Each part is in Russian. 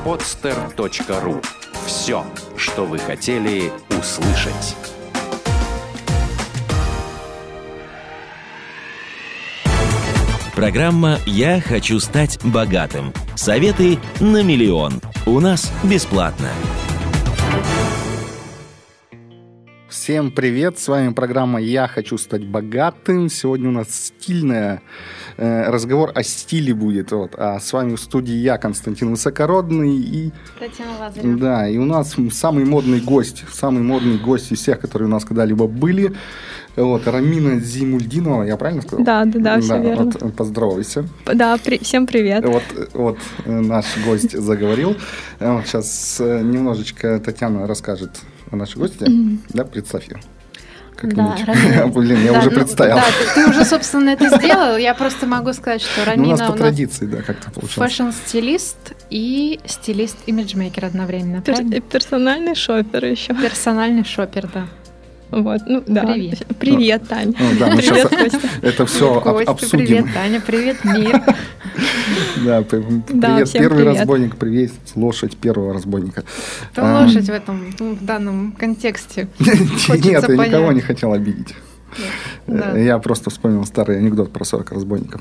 podster.ru. Все, что вы хотели услышать. Программа «Я хочу стать богатым». Советы на миллион. У нас бесплатно. Всем привет, с вами программа «Я хочу стать богатым». Сегодня у нас стильная разговор о стиле будет. А с вами в студии я, Константин Высокородный и Татьяна Лазарева. Да, и у нас самый модный гость из всех, которые у нас когда-либо были. Рамина Зимульдинова, я правильно сказал? Да, все верно. Поздоровайся. Да, всем привет. Вот наш гость заговорил. Сейчас немножечко Татьяна расскажет о нашей гости. Да, представь ее. Рамина. Блин, я уже представил. Да, ты уже, собственно, это сделал. Я просто могу сказать, что Рамина у нас по традиции, да, как-то получилось. Фэшн-стилист и стилист-имиджмейкер одновременно. Персональный шопер еще. Персональный шопер, да. Вот, да. Привет, Таня. Да, мы сейчас это все обсудим. Привет, Таня, привет, мир. Да, привет, первый разбойник, привет, лошадь первого разбойника. Это лошадь в данном контексте. Нет, я никого не хотел обидеть. Я просто вспомнил старый анекдот про 40 разбойников.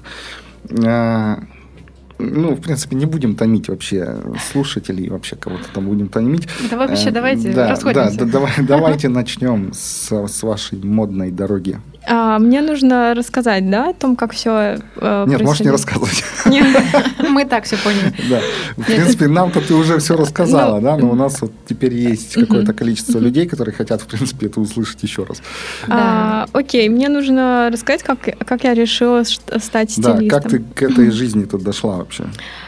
В принципе, не будем томить вообще слушателей, вообще кого-то там будем томить. Давайте расходимся. Давайте начнем с вашей модной дороги. Мне нужно рассказать, да, о том, как все происходит? Нет, можешь не рассказывать. Мы так все поняли. Да. В принципе, нам-то ты уже все рассказала, да, но у нас вот теперь есть какое-то количество людей, которые хотят, в принципе, это услышать еще раз. Окей, мне нужно рассказать, как я решила стать стилистом. Да, как ты к этой жизни тут дошла вообще?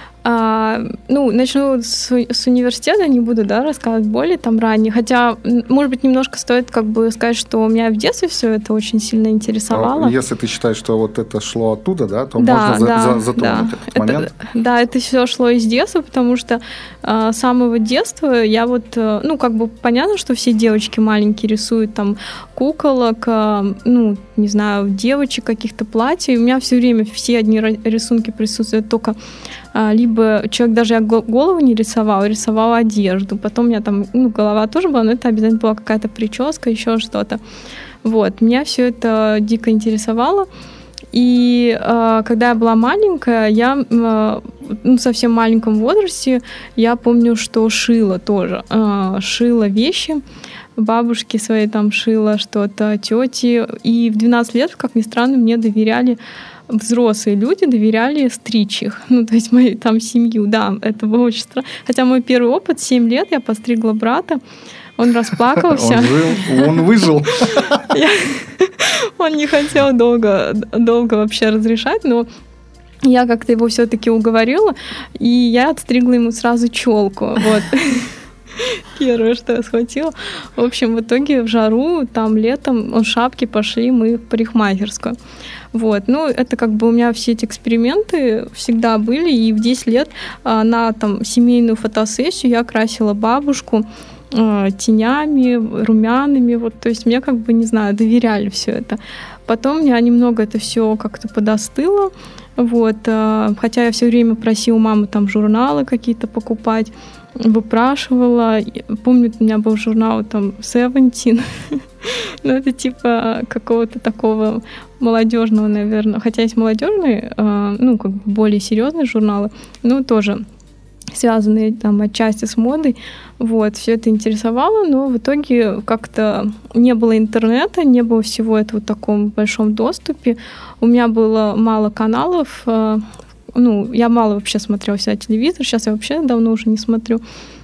Начну с университета, не буду, рассказывать более там ранее. Хотя, может быть, немножко стоит сказать, что меня в детстве все это очень сильно интересовало. Если ты считаешь, что вот это шло оттуда, да, то можно затронуть этот момент. Да, это все шло из детства, потому что с самого детства я понятно, что все девочки маленькие рисуют там куколок, не знаю, девочек, каких-то платьев. И у меня все время все одни рисунки присутствуют, только либо человек даже голову не рисовал одежду. Потом у меня там голова тоже была, но это обязательно была какая-то прическа, еще что-то. Вот, меня все это дико интересовало. И когда я была маленькая, я в совсем маленьком возрасте, я помню, что шила тоже. Шила вещи, бабушки своей там шила что-то, тети. И в 12 лет, как ни странно, мне взрослые люди доверяли стричь их. То есть мою там семью. Да, это было очень странно. Хотя мой первый опыт, 7 лет, я постригла брата. Он расплакался. Он выжил. Он не хотел долго вообще разрешать, но я как-то его все-таки уговорила, и я отстригла ему сразу челку. Вот. Первое, что я схватила. В общем, в итоге в жару, там летом, шапки пошли мы в парикмахерскую. Вот. Это у меня все эти эксперименты всегда были, и в 10 лет на семейную фотосессию я красила бабушку тенями, румянами, то есть мне доверяли все это. Потом я немного это все как-то подостыло, хотя я все время просила маму там журналы какие-то покупать, выпрашивала. Помню, у меня был журнал там Seventeen, это типа какого-то такого молодежного, наверное, хотя есть молодежные, более серьезные журналы, тоже связанные там отчасти с модой. Все это интересовало, но в итоге как-то не было интернета, не было всего этого в таком большом доступе. У меня было мало каналов, я мало вообще смотрела всегда телевизор, сейчас я вообще давно уже не смотрю.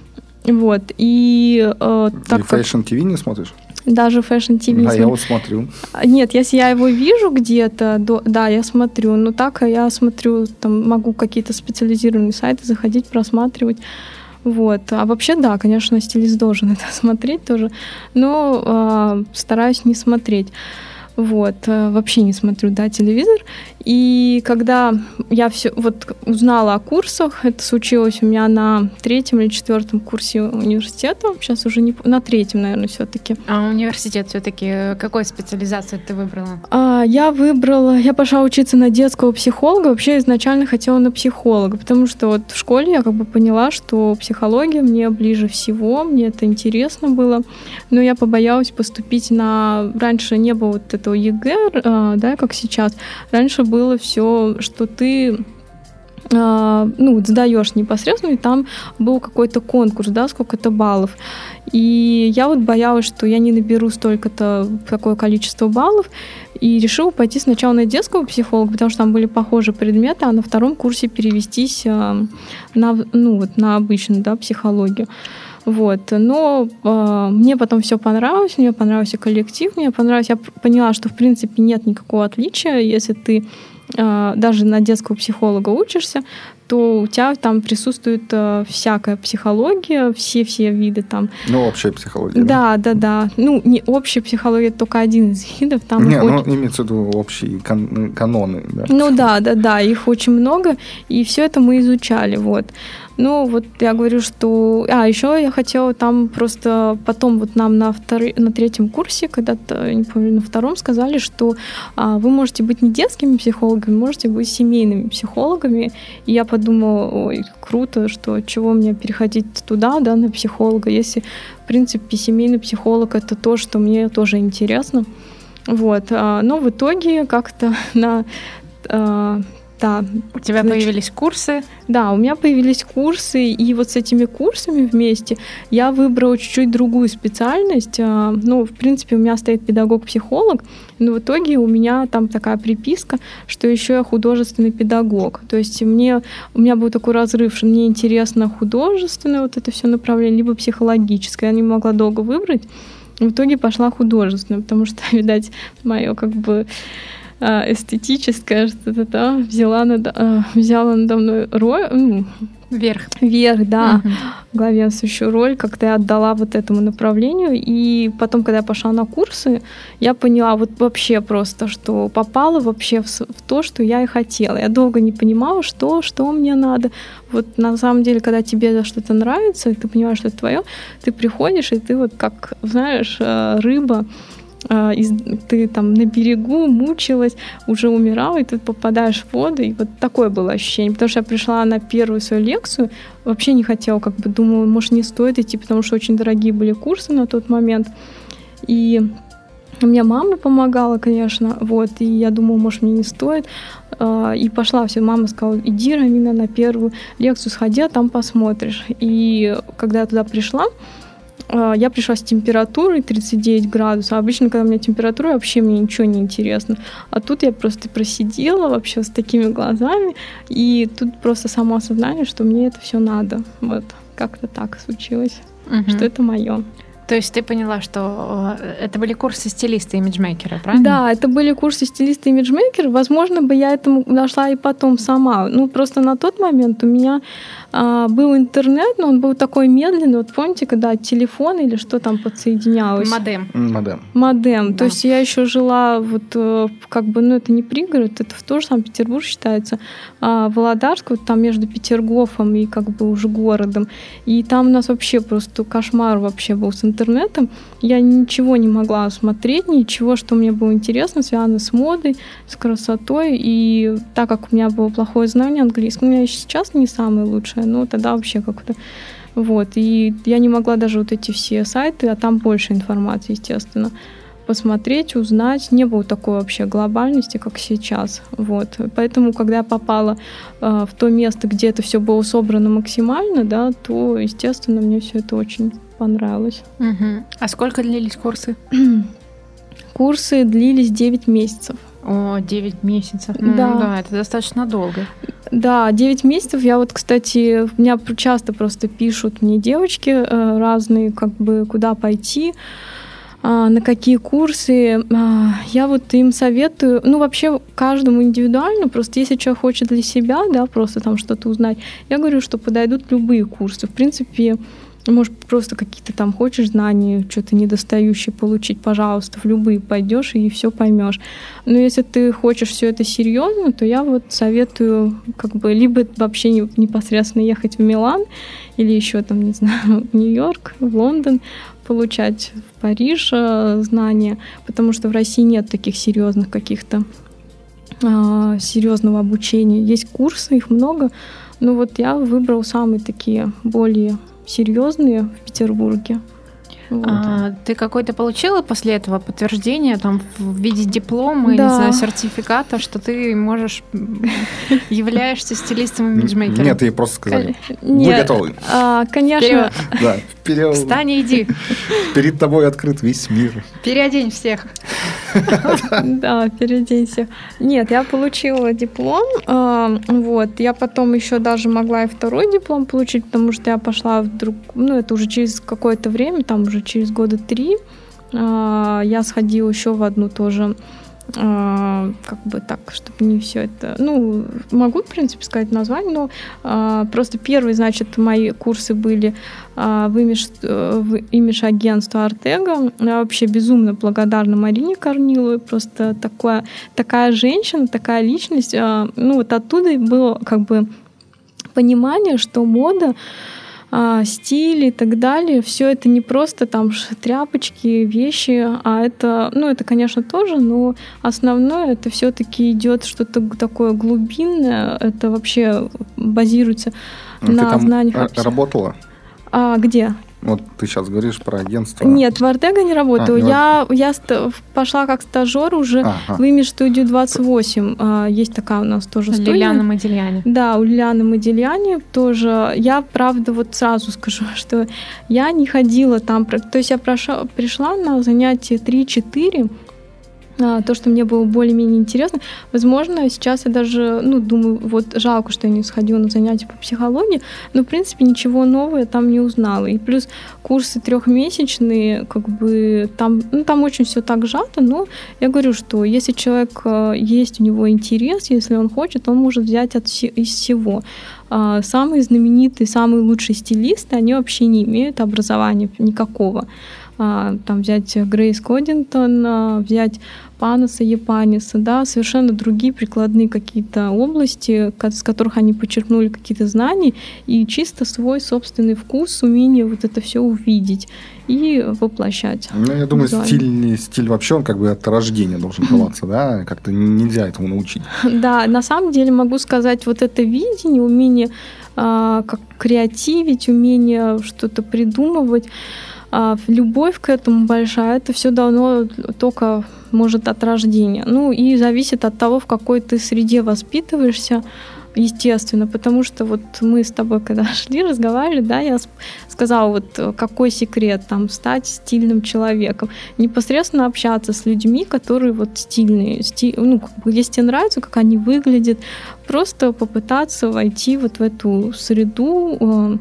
И Fashion TV не смотришь? Даже Fashion TV. Да, я вот смотрю. Нет, если я его вижу где-то, да, я смотрю. Но так я смотрю, там могу какие-то специализированные сайты заходить, просматривать. А вообще, да, конечно, стилист должен это смотреть тоже, но стараюсь не смотреть. Вот, вообще не смотрю, да, телевизор. И когда я все вот узнала о курсах, это случилось у меня на 3-м или 4-м курсе университета, сейчас уже не на 3-м, наверное, все-таки. А университет все-таки какую специализацию ты выбрала? Я пошла учиться на детского психолога, вообще изначально хотела на психолога, потому что вот в школе я как бы поняла, что психология мне ближе всего, мне это интересно было, но я побоялась поступить раньше не было вот этого ЕГЭ, да, как сейчас. Раньше было все, что ты сдаешь непосредственно, и там был какой-то конкурс, да, сколько-то баллов. И я вот боялась, что я не наберу такое количество баллов, и решила пойти сначала на детского психолога, потому что там были похожие предметы, а на 2-м курсе перевестись на обычную, да, психологию. Вот. Но мне потом все понравилось, мне понравился коллектив, я поняла, что в принципе нет никакого отличия, если ты даже на детского психолога учишься, то у тебя там присутствует всякая психология, все виды там. Общая психология. Да. Не общая психология, это только один из видов. Там имеется в виду общие каноны. Да? Да, их очень много, и все это мы изучали, вот. Я говорю, что... еще я хотела там просто... Потом вот нам на 3-м курсе, когда-то, не помню, на 2-м сказали, что вы можете быть не детскими психологами, можете быть семейными психологами. И я подумала, ой, круто, что чего мне переходить туда, да, на психолога, если, в принципе, семейный психолог — это то, что мне тоже интересно. Вот. Но в итоге как-то у тебя появились курсы? Да, у меня появились курсы, и вот с этими курсами вместе я выбрала чуть-чуть другую специальность. В принципе, у меня стоит педагог-психолог, но в итоге у меня там такая приписка, что еще я художественный педагог. То есть у меня был такой разрыв, что мне интересно художественное вот это все направление, либо психологическое. Я не могла долго выбрать. В итоге пошла художественное, потому что, видать, мое как бы эстетическое что-то, да, взяла надо мной роль, Вверх, да, главенствующую роль, как-то я отдала вот этому направлению, и потом, когда я пошла на курсы, я поняла вот вообще просто, что попала вообще в то, что я и хотела. Я долго не понимала, что мне надо. Вот на самом деле, когда тебе что-то нравится, и ты понимаешь, что это твое, ты приходишь, и ты вот как, знаешь, рыба, ты там на берегу мучилась, уже умирала, и тут попадаешь в воду, и вот такое было ощущение. Потому что я пришла на первую свою лекцию, вообще не хотела, думала, может, не стоит идти, потому что очень дорогие были курсы на тот момент. И мне мама помогала, конечно, вот, и я думала, может, мне не стоит. И пошла, мама сказала, иди, Рамина, на первую лекцию сходи, а там посмотришь. И когда я туда пришла, я пришла с температурой 39 градусов. Обычно, когда у меня температура, вообще мне ничего не интересно. А тут я просто просидела вообще с такими глазами. И тут просто само осознание, что мне это все надо. Вот как-то так случилось, что это мое. То есть ты поняла, что это были курсы стилиста и имиджмейкера, правильно? Да, это были курсы стилиста и имиджмейкера. Возможно, бы я этому дошла и потом сама. Просто на тот момент у меня был интернет, но он был такой медленный. Вот помните, когда телефон или что там подсоединялось? Модем. Да. То есть я еще жила это не пригород, это тоже Санкт-Петербург считается, Володарск, вот там между Петергофом и уже городом. И там у нас вообще просто кошмар вообще был с интернетом. Я ничего не могла смотреть, ничего, что мне было интересно, связано с модой, с красотой. И так как у меня было плохое знание английского, у меня сейчас не самое лучшее, но тогда вообще как-то... Вот. И я не могла даже вот эти все сайты, а там больше информации, естественно, посмотреть, узнать. Не было такой вообще глобальности, как сейчас. Вот. Поэтому, когда я попала в то место, где это все было собрано максимально, да, то, естественно, мне все это очень понравилось. А сколько длились курсы? Курсы длились 9 месяцев. О, 9 месяцев. Да, это достаточно долго. Да, 9 месяцев. Я кстати, меня часто просто пишут мне девочки разные, куда пойти, на какие курсы. Я им советую, вообще каждому индивидуально, просто если человек хочет для себя, да, просто там что-то узнать, я говорю, что подойдут любые курсы. В принципе, Может, просто какие-то там хочешь знания, что-то недостающее получить, пожалуйста, в любые пойдешь и все поймешь. Но если ты хочешь все это серьезно, то я вот советую как бы либо вообще непосредственно ехать в Милан или еще там, не знаю, в Нью-Йорк, в Лондон, получать в Париж знания, потому что в России нет таких серьезных каких-то серьезного обучения. Есть курсы, их много, но вот я выбрал самые такие более серьезные в Петербурге. Вот. Ты какой-то получила после этого подтверждение там в виде диплома, не знаю, сертификата, что ты можешь являешься стилистом и имиджмейкером? Нет, ей просто сказали. Мы готовы. Конечно. Вперед. Встань и иди. Перед тобой открыт весь мир. Переодень всех. Да, переодень всех. Нет, я получила диплом. Вот. Я потом еще даже могла и второй диплом получить, потому что я пошла это уже через какое-то время, там уже через года 3, я сходила еще в одну тоже, как бы так, чтобы не все это... могу, в принципе, сказать название, но просто первые, значит, мои курсы были в имидж-агентство Артега. Я вообще безумно благодарна Марине Корниловой, просто такая женщина, такая личность. Вот оттуда и было как бы понимание, что мода, стиль и так далее, все это не просто там тряпочки, вещи, а это, это, конечно, тоже, но основное это все-таки идет что-то такое глубинное, это вообще базируется на знаниях. Ты там работала? Где? Вот ты сейчас говоришь про агентство. Нет, в Артега не работаю. Я пошла как стажер уже в Имидж-студию 28. Есть такая у нас тоже студия. Лилиана Модильяне. Да, у Лилианы Модильяне тоже. Я, правда, вот сразу скажу, что я не ходила там. То есть я пришла на занятия 3-4, то, что мне было более-менее интересно. Возможно, сейчас я даже, думаю, вот жалко, что я не сходила на занятия по психологии, но, в принципе, ничего нового я там не узнала. И плюс курсы 3-месячные, как бы, там очень все так сжато, но я говорю, что если человек есть у него интерес, если он хочет, он может взять из всего. Самые знаменитые, самые лучшие стилисты, они вообще не имеют образования никакого. Там взять Грейс Коддингтон, взять Паноса Епаниса, да, совершенно другие прикладные какие-то области, с которых они почерпнули какие-то знания и чисто свой собственный вкус, умение вот это все увидеть и воплощать. Я думаю, стиль вообще, он как бы от рождения должен даваться, да, как-то нельзя этому научить. Да, на самом деле могу сказать, вот это видение, умение как креативить, умение что-то придумывать, любовь к этому большая, это все давно только может от рождения. И зависит от того, в какой ты среде воспитываешься, естественно, потому что вот мы с тобой, когда шли, разговаривали, да, я сказала, вот какой секрет, там, стать стильным человеком. Непосредственно общаться с людьми, которые вот стильные, если тебе нравится, как они выглядят, просто попытаться войти вот в эту среду,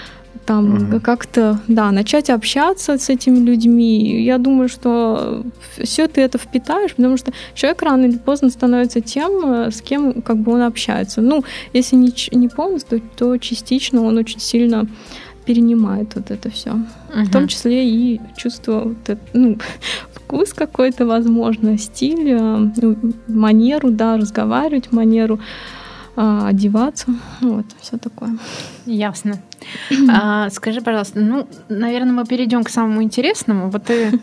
там как-то, начать общаться с этими людьми. Я думаю, что все ты это впитаешь, потому что человек рано или поздно становится тем, с кем как бы он общается. Если не полностью, то частично он очень сильно перенимает вот это все. В том числе и чувство, вкус какой-то, возможно, стиль, манеру, разговаривать, манеру одеваться, все такое. Ясно. Скажи, пожалуйста, наверное, мы перейдем к самому интересному. Вот ты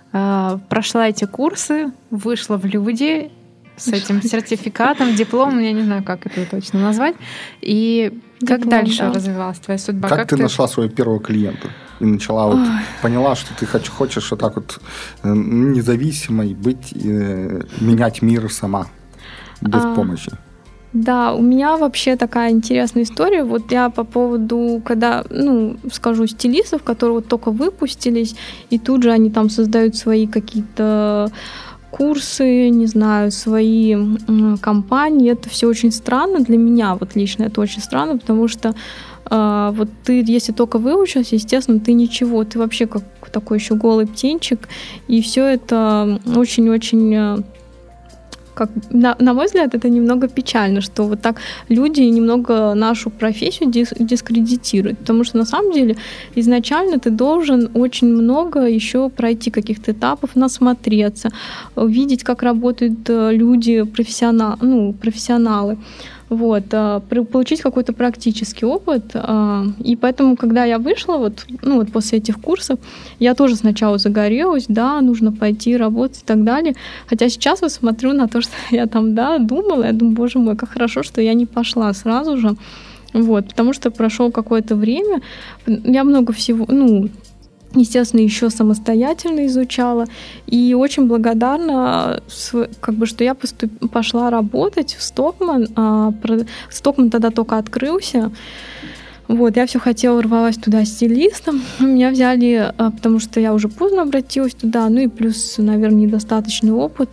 прошла эти курсы, вышла в люди с этим сертификатом, дипломом, я не знаю, как это точно назвать. И как дальше развивалась твоя судьба? Как ты нашла своего первого клиента? И начала поняла, что ты хочешь вот так вот независимой быть, менять мир сама, без помощи. Да, у меня вообще такая интересная история. Вот я по поводу, когда, скажу, стилистов, которые вот только выпустились, и тут же они там создают свои какие-то курсы, не знаю, свои компании. Это все очень странно для меня, вот лично это очень странно, потому что вот ты, если только выучился, естественно, ты ничего, ты вообще как такой еще голый птенчик, и все это очень-очень на мой взгляд, это немного печально, что вот так люди немного нашу профессию дискредитируют, потому что на самом деле изначально ты должен очень много еще пройти каких-то этапов, насмотреться, увидеть, как работают люди, профессионалы. Вот, получить какой-то практический опыт. И поэтому, когда я вышла, после этих курсов, я тоже сначала загорелась, да, нужно пойти работать и так далее. Хотя сейчас вот смотрю на то, что я там, да, думала, я думаю, боже мой, как хорошо, что я не пошла сразу же. Вот, потому что прошло какое-то время, я много всего, естественно, еще самостоятельно изучала. И очень благодарна, что я пошла работать в Стокман. Стокман тогда только открылся. Вот, я все хотела, рвалась туда стилистом. Меня взяли, потому что я уже поздно обратилась туда. Ну и плюс, наверное, недостаточный опыт,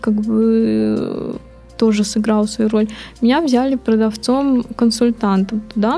тоже сыграл свою роль. Меня взяли продавцом-консультантом туда.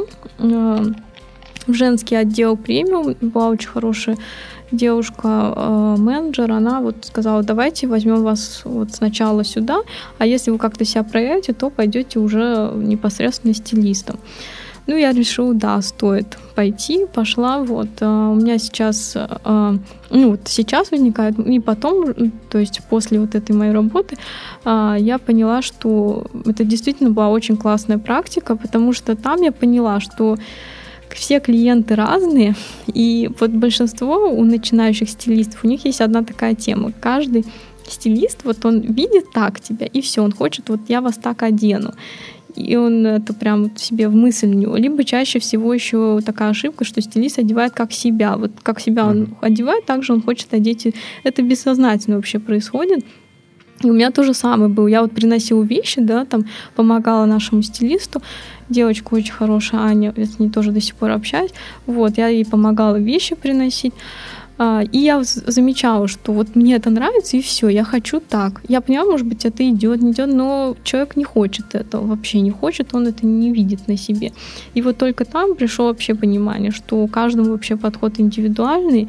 В женский отдел премиум была очень хорошая девушка, менеджер, она вот сказала, давайте возьмем вас вот сначала сюда, а если вы как-то себя проявите, то пойдете уже непосредственно стилистом. Ну, я решила, да, стоит пойти, пошла, вот. У меня сейчас, сейчас возникает, и потом, то есть после вот этой моей работы, я поняла, что это действительно была очень классная практика, потому что там я поняла, что все клиенты разные, и вот большинство у начинающих стилистов, у них есть одна такая тема. Каждый стилист, вот он видит так тебя, и все, он хочет, вот я вас так одену. И он это прям себе в мысль у него. Либо чаще всего еще такая ошибка, что стилист одевает как себя. Вот как себя он одевает, так же он хочет одеть. Это бессознательно вообще происходит. И у меня то же самое было. Я вот приносила вещи, да, там помогала нашему стилисту. Девочка очень хорошая, Аня, я с ней тоже до сих пор общаюсь. Вот, я ей помогала вещи приносить. И я замечала, что вот мне это нравится, и все, я хочу так. Я понимаю, может быть, это идет, не идет, но человек не хочет этого, вообще не хочет, он это не видит на себе. И вот только там пришло вообще понимание, что у каждого вообще подход индивидуальный,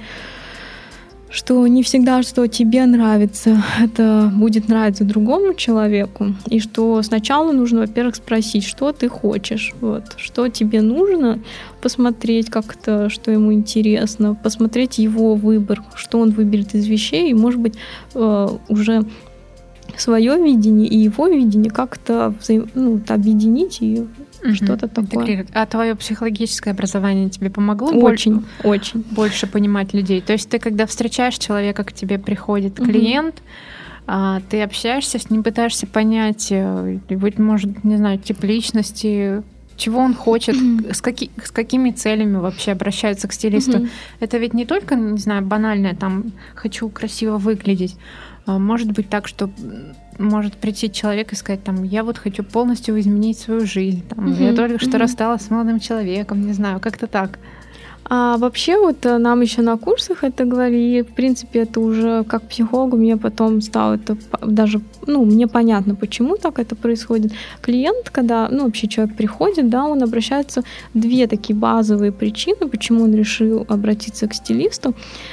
что не всегда, что тебе нравится, это будет нравиться другому человеку, и что сначала нужно, во-первых, спросить, что ты хочешь, вот, что тебе нужно, посмотреть как-то, что ему интересно, посмотреть его выбор, что он выберет из вещей, и, может быть, уже свое видение и его видение как-то объединить и что-то такое. А твое психологическое образование тебе помогло очень больше понимать людей? То есть ты, когда встречаешь человека, к тебе приходит клиент, ты общаешься с ним, пытаешься понять, быть может, не знаю, тип личности, чего он хочет, с какими целями вообще обращаются к стилисту. Это ведь не только, не знаю, банальное, там, хочу красиво выглядеть. Может быть так, что может прийти человек и сказать, там, я вот хочу полностью изменить свою жизнь, там, я только что рассталась с молодым человеком, не знаю, как-то так. А вообще вот нам еще на курсах это говорили, в принципе, это уже как психологу мне потом стало это даже, мне понятно, почему так это происходит. Клиент, когда, вообще человек приходит, да, он обращается, две такие базовые причины, почему он решил обратиться к стилисту.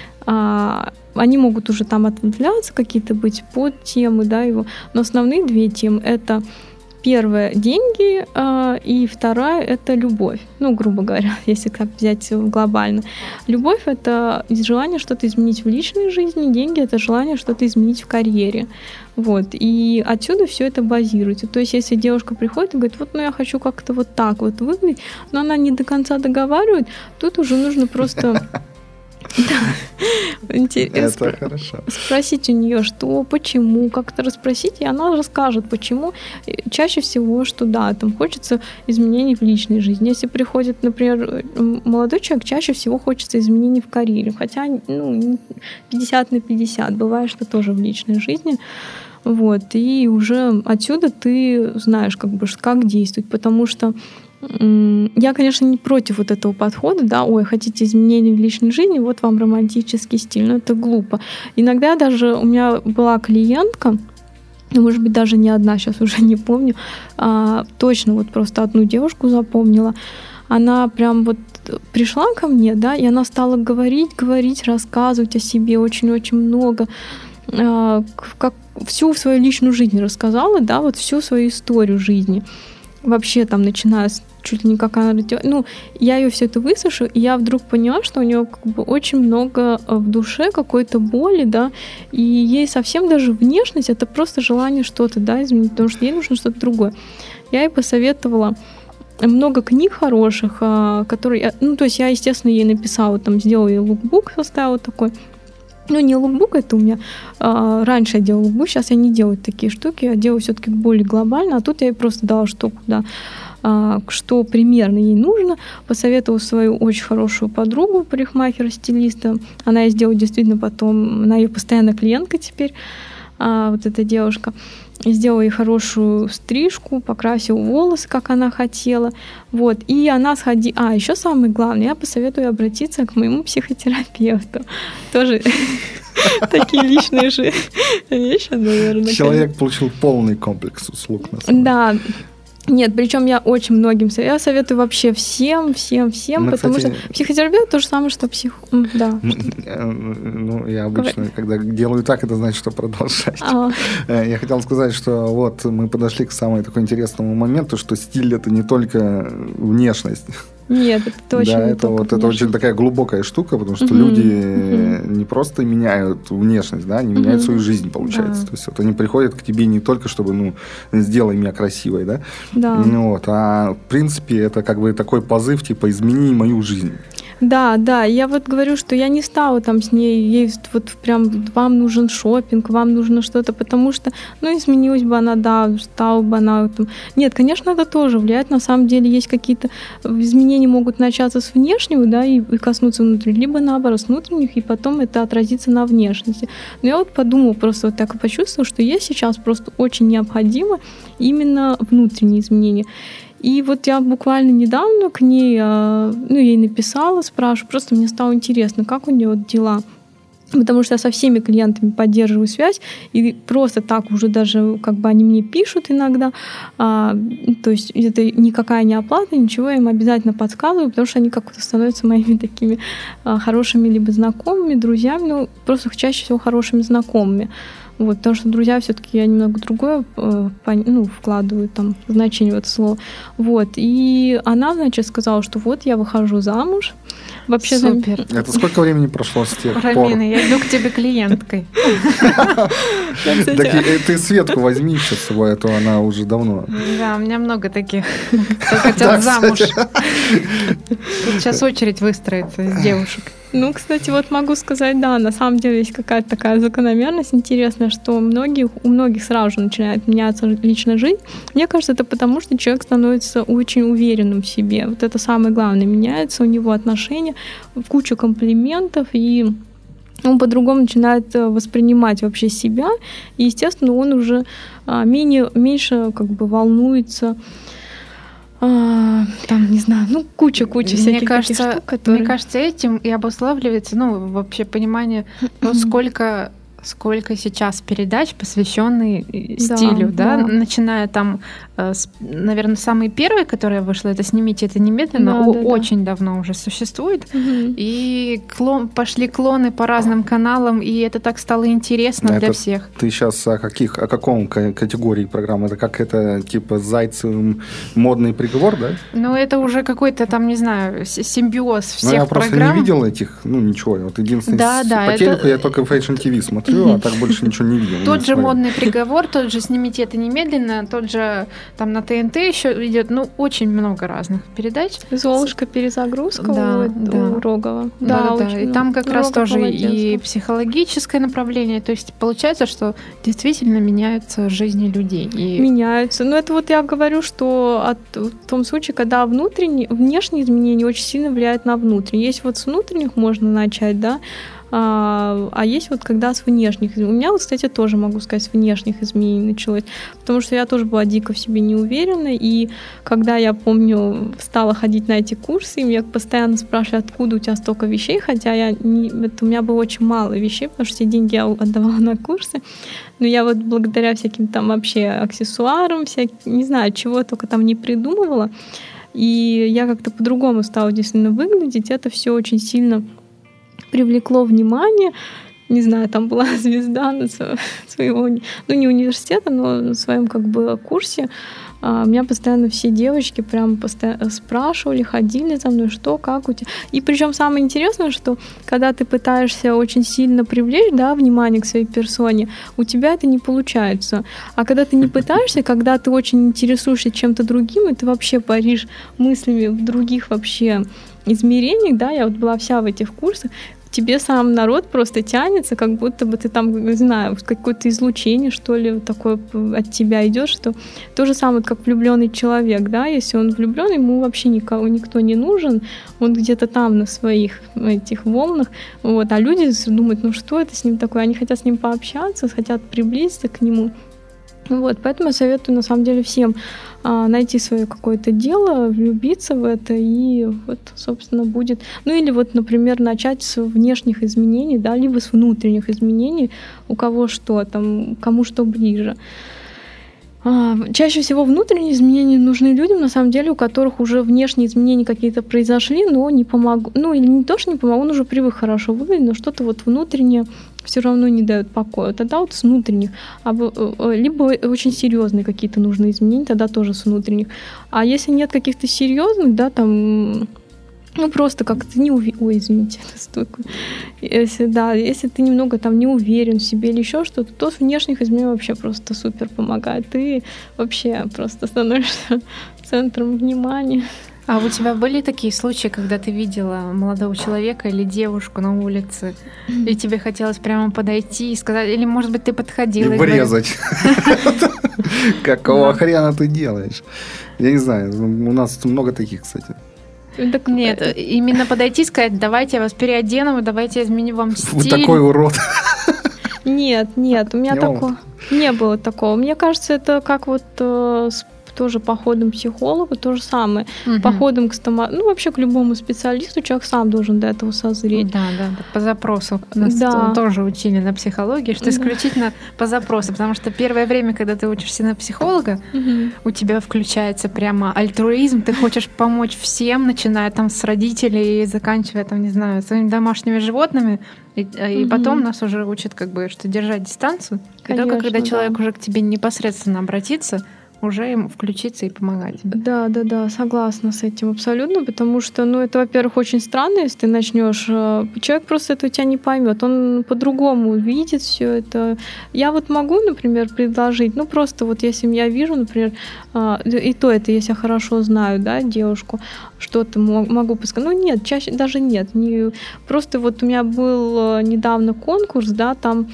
Они могут уже там ответвляться, какие-то быть подтемы, да, его. Но основные две темы — это первая — деньги, и вторая — это любовь. Грубо говоря, если так взять глобально. Любовь — это желание что-то изменить в личной жизни, деньги — это желание что-то изменить в карьере. Вот. И отсюда все это базируется. То есть, если девушка приходит и говорит, я хочу как-то вот так вот выглядеть, но она не до конца договаривает, тут уже нужно просто... Это хорошо. Спросить у нее, что, почему, как-то расспросить, и она расскажет, почему. Чаще всего, что да, там хочется изменений в личной жизни. Если приходит, например, молодой человек, чаще всего хочется изменений в карьере, хотя 50 на 50, бывает, что тоже в личной жизни. Вот, и уже отсюда ты знаешь, как действовать, потому что я, конечно, не против вот этого подхода, да, хотите изменений в личной жизни, вот вам романтический стиль, но это глупо. Иногда даже у меня была клиентка, может быть, даже не одна, сейчас уже не помню, точно вот просто одну девушку запомнила, она прям вот пришла ко мне, да, и она стала говорить, рассказывать о себе очень-очень много. как всю свою личную жизнь рассказала, да, вот всю свою историю жизни. Вообще там, начиная с чуть ли не как она родилась. Ну, я ее все это выслушаю, и я вдруг поняла, что у нее как бы очень много в душе какой-то боли, да, и ей совсем даже внешность — это просто желание что-то, да, изменить, потому что ей нужно что-то другое. Я ей посоветовала много книг хороших, которые... Ну, то есть я, естественно, ей написала, там, сделала ей лукбук, составила такой. Ну, не лукбук, это у меня... раньше я делала лукбук, сейчас я не делаю такие штуки, я делаю все-таки более глобально, а тут я ей просто дала штуку, да, что примерно ей нужно. Посоветовала свою очень хорошую подругу, парикмахера-стилиста. Она ей сделала действительно потом... Она ее постоянная клиентка теперь, вот эта девушка. Сделала ей хорошую стрижку, покрасила волосы, как она хотела. Вот. И она сходила... еще самое главное, я посоветую обратиться к моему психотерапевту. Тоже такие личные же вещи, наверное. Человек получил полный комплекс услуг. Да. Нет, причем я очень многим советую. Я советую вообще всем, потому что психотерапевт то же самое, что да. Ну, я обычно, когда делаю так, это значит, что продолжать. Я хотел сказать, что вот мы подошли к самому такому интересному моменту, что стиль — это не только внешность. Нет, это точно да, не это только вот это очень такая глубокая штука, потому что люди не просто меняют внешность, да, они меняют свою жизнь, получается. То есть вот они приходят к тебе не только, чтобы, сделай меня красивой, да, вот, а в принципе это как бы такой позыв, типа, измени мою жизнь. Да, я вот говорю, что я не стала там с ней, ей вот прям, вам нужен шопинг, вам нужно что-то, потому что, изменилась бы она, да, стала бы она там. Нет, конечно, это тоже влияет, на самом деле есть какие-то изменения могут начаться с внешнего, да, и коснуться внутри, либо наоборот, с внутренних, и потом это отразится на внешности. Но я вот подумала, просто вот так и почувствовала, что ей сейчас просто очень необходимо именно внутренние изменения. И вот я буквально недавно к ней, ей написала, спрашиваю, просто мне стало интересно, как у нее вот дела. Потому что я со всеми клиентами поддерживаю связь, и просто так уже даже как бы они мне пишут иногда. То есть это никакая не оплата, ничего, я им обязательно подсказываю, потому что они как-то становятся моими такими хорошими либо знакомыми, друзьями, просто чаще всего хорошими знакомыми. Вот, потому что друзья все-таки я немного другое вкладываю там значение в это слово. Вот. И она, значит, сказала, что вот я выхожу замуж. Вообще супер. Это сколько времени прошло с тех пор? Рамина, я иду к тебе клиенткой. Ты Светку возьми сейчас с собой, а то она уже давно. Да, у меня много таких, кто хотят замуж. Сейчас очередь выстроится из девушек. Кстати, вот могу сказать, да, на самом деле есть какая-то такая закономерность интересная, что у многих сразу же начинает меняться личная жизнь. Мне кажется, это потому, что человек становится очень уверенным в себе. Вот это самое главное. Меняется у него отношение, куча комплиментов, и он по-другому начинает воспринимать вообще себя. И, естественно, он уже меньше как бы волнуется. Там, не знаю, куча всяких таких штук, которые... Мне кажется, этим и обуславливается, вообще понимание, сколько сейчас передач, посвященных стилю, да? Начиная там, наверное, самые первые, которые вышли, это «Снимите это немедленно», очень давно уже существует, и пошли клоны по разным каналам, и это так стало интересно для всех. Ты сейчас о каком категории программы? Это как это, типа, Зайцевым модный приговор, да? Это уже какой-то там, не знаю, симбиоз всех программ. Я просто не видел этих, ничего. Вот единственное, по телеку я только Fashion TV смотрю, а так больше ничего не видел. Тот же «Модный приговор», тот же «Снимите это немедленно», тот же там на ТНТ еще идет, очень много разных передач. «Золушка. Перезагрузка» у Рогова. Да. И там как раз тоже и психологическое направление. То есть получается, что действительно меняются жизни людей. Меняются. Это вот я говорю, что в том случае, когда внешние изменения очень сильно влияют на внутренние. Есть вот с внутренних можно начать, да, а есть вот когда с внешних. У меня вот, кстати, тоже, могу сказать, с внешних изменений началось, потому что я тоже была дико в себе не уверена, и когда я, помню, стала ходить на эти курсы, и меня постоянно спрашивали, откуда у тебя столько вещей, хотя у меня было очень мало вещей, потому что все деньги я отдавала на курсы, но я вот благодаря всяким там вообще аксессуарам, не знаю, чего только там не придумывала, и я как-то по-другому стала действительно выглядеть, это все очень сильно привлекло внимание, не знаю, там была звезда на своего, ну, не университета, но на своем как бы курсе. Меня постоянно все девочки прям постоянно спрашивали, ходили за мной, что, как у тебя. И причем самое интересное, что когда ты пытаешься очень сильно привлечь, да, внимание к своей персоне, у тебя это не получается. А когда ты не пытаешься, когда ты очень интересуешься чем-то другим, и ты вообще паришь мыслями в других вообще измерениях, да, я вот была вся в этих курсах, тебе сам народ просто тянется, как будто бы ты там, не знаю, какое-то излучение, что ли, такое от тебя идет, что то же самое, как влюбленный человек, да, если он влюблен, ему вообще никто не нужен, он где-то там на своих этих волнах, вот, а люди думают, ну что это с ним такое, они хотят с ним пообщаться, хотят приблизиться к нему. Вот, поэтому я советую, на самом деле, всем найти свое какое-то дело, влюбиться в это, и вот, собственно, будет... Ну, или вот, например, начать с внешних изменений, да, либо с внутренних изменений, у кого что, там, кому что ближе. Чаще всего внутренние изменения нужны людям, на самом деле, у которых уже внешние изменения какие-то произошли, но не помогут. Ну, или не то, что не помогут, он уже привык хорошо выглядеть, но что-то вот внутреннее все равно не дает покоя. Тогда вот с внутренних. Либо очень серьезные какие-то нужны изменения, тогда тоже с внутренних. А если нет каких-то серьезных, да, там... Ну, просто как-то не уверен. Ой, извините, это стойку. Если ты немного там не уверен в себе или еще что-то, то с внешних изменений вообще просто супер помогает. Ты вообще просто становишься центром внимания. А у тебя были такие случаи, когда ты видела молодого человека или девушку на улице, и тебе хотелось прямо подойти и сказать, или, может быть, ты подходила и врезать. Какого хрена ты делаешь? Я не знаю, у нас много таких, кстати. Так нет, именно подойти и сказать, давайте я вас переодену, давайте я изменю вам стиль. Вы такой урод. Нет, у меня такого не было такого. Мне кажется, это как вот тоже походом к психологу, то же самое. Походом к стоматологу, ну вообще к любому специалисту человек сам должен до этого созреть. Да, по запросу. Нас тоже учили на психологии, что исключительно по запросу, потому что первое время, когда ты учишься на психолога, у тебя включается прямо альтруизм, ты хочешь помочь всем, начиная там с родителей и заканчивая там, не знаю, своими домашними животными. И потом нас уже учат как бы, что держать дистанцию. Конечно, и только когда человек уже к тебе непосредственно обратится, уже ему включиться и помогать. Да, согласна с этим абсолютно, потому что, ну, это, во-первых, очень странно, если ты начнешь. Человек просто это у тебя не поймет, он по-другому видит все это. Я вот могу, например, предложить, ну, просто вот если я вижу, например, и то это, если я хорошо знаю, да, девушку, что-то могу подсказать. Ну, нет, чаще даже нет. Просто вот у меня был недавно конкурс, да, там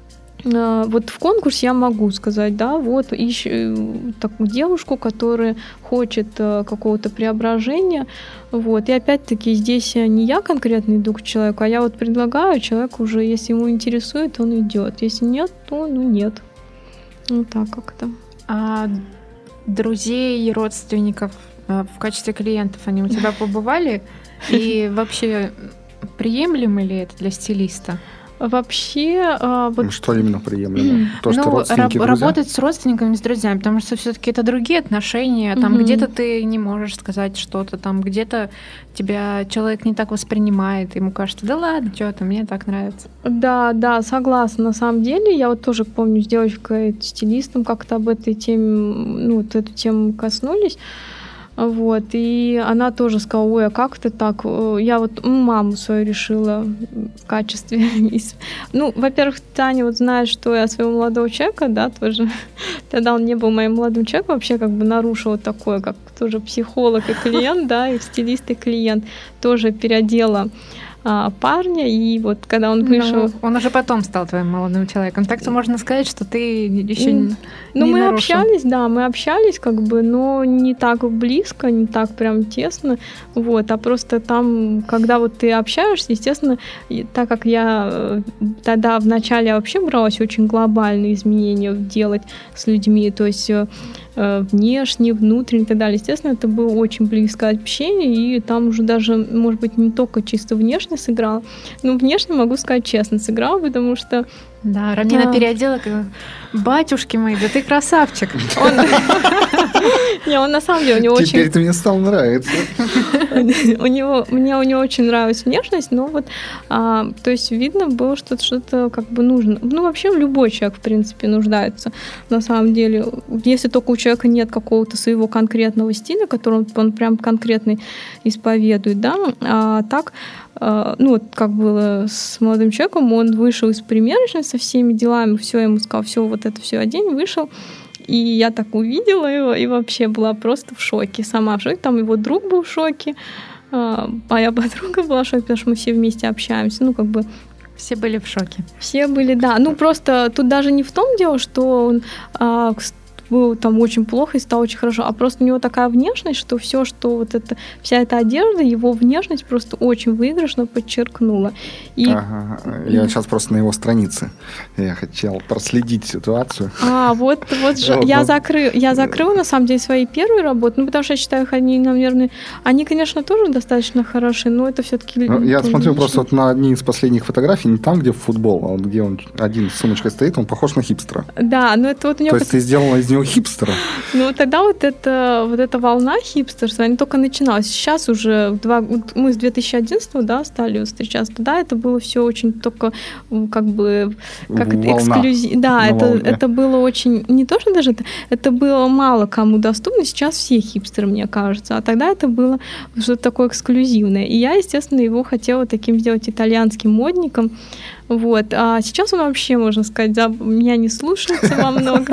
вот в конкурсе я могу сказать, да, вот ищу такую девушку, которая хочет какого-то преображения, вот, и опять-таки здесь не я конкретно иду к человеку, а я вот предлагаю, человек уже, если ему интересует, он идет, если нет, то, ну, нет. Вот так как-то. А друзей и родственников в качестве клиентов, они у тебя побывали? И вообще, приемлемо ли это для стилиста? Вообще... Вот... Что именно приемлемо? То, что родственники, друзья? Работать с родственниками, с друзьями, потому что все-таки это другие отношения. Там где-то ты не можешь сказать что-то, там где-то тебя человек не так воспринимает, ему кажется, да ладно, что там, мне так нравится. Да, согласна. На самом деле, я вот тоже помню, с девочкой, стилистом как-то об этой теме, ну, вот эту тему коснулись. Вот, и она тоже сказала, ой, а как ты так? Я вот маму свою решила в качестве... Ну, во-первых, Таня вот знает, что я своего молодого человека, да, тоже, тогда он не был моим молодым человеком, вообще как бы нарушила такое, как тоже психолог и клиент, да, и стилист и клиент, тоже переодела парня, и вот когда он вышел... Но он уже потом стал твоим молодым человеком, так что можно сказать, что ты еще не мы нарушил. общались, как бы, но не так близко, не так прям тесно, вот, а просто там, когда вот ты общаешься, естественно, так как я тогда вначале вообще бралась очень глобальные изменения делать с людьми, то есть внешне, внутренне и так далее. Естественно, это было очень близкое общение, и там уже даже, может быть, не только чисто внешне сыграла, но внешне, могу сказать честно, сыграла, потому что... Да, Рамина переодела, как батюшки мои, да ты красавчик. Не, он на самом деле, у него очень... Теперь ты мне стал нравиться. Мне у него очень нравилась внешность, но вот, то есть видно было, что что-то как бы нужно. Ну, вообще любой человек, в принципе, нуждается на самом деле. Если только у человека нет какого-то своего конкретного стиля, который он прям конкретный исповедует, да, а так, ну, вот как было с молодым человеком, он вышел из примерочной со всеми делами, все, ему сказал, все, вот это все одень, вышел. И я так увидела его и вообще была просто в шоке. Сама в шоке. Там его друг был в шоке, моя подруга была в шоке, потому что мы все вместе общаемся. Ну, как бы... Все были в шоке. Все были, да. Ну, просто тут даже не в том дело, что он был там очень плохо и стал очень хорошо, а просто у него такая внешность, что все, что вот это, вся эта одежда, его внешность просто очень выигрышно подчеркнула. И... Ага. Я сейчас просто на его странице. Я хотел проследить ситуацию. Вот же. Я закрыла, на самом деле, свои первые работы, ну, потому что я считаю, они, наверное, они, конечно, тоже достаточно хороши, но это все-таки... Я смотрю просто вот на одни из последних фотографий, не там, где футбол, а вот где он один с сумочкой стоит, он похож на хипстера. Да, но это вот у него... То есть ты сделала из него хипстера? Ну, тогда вот эта волна хипстерства, она только начиналась. Сейчас уже мы с 2011, да, стали встречаться. Тогда это было все очень только как бы как эксклюзив. Да, это было очень... Не то, что даже это было мало кому доступно. Сейчас все хипстеры, мне кажется. А тогда это было что-то такое эксклюзивное. И я, естественно, его хотела таким сделать итальянским модником. Вот. А сейчас он вообще, можно сказать, меня не слушается во многом.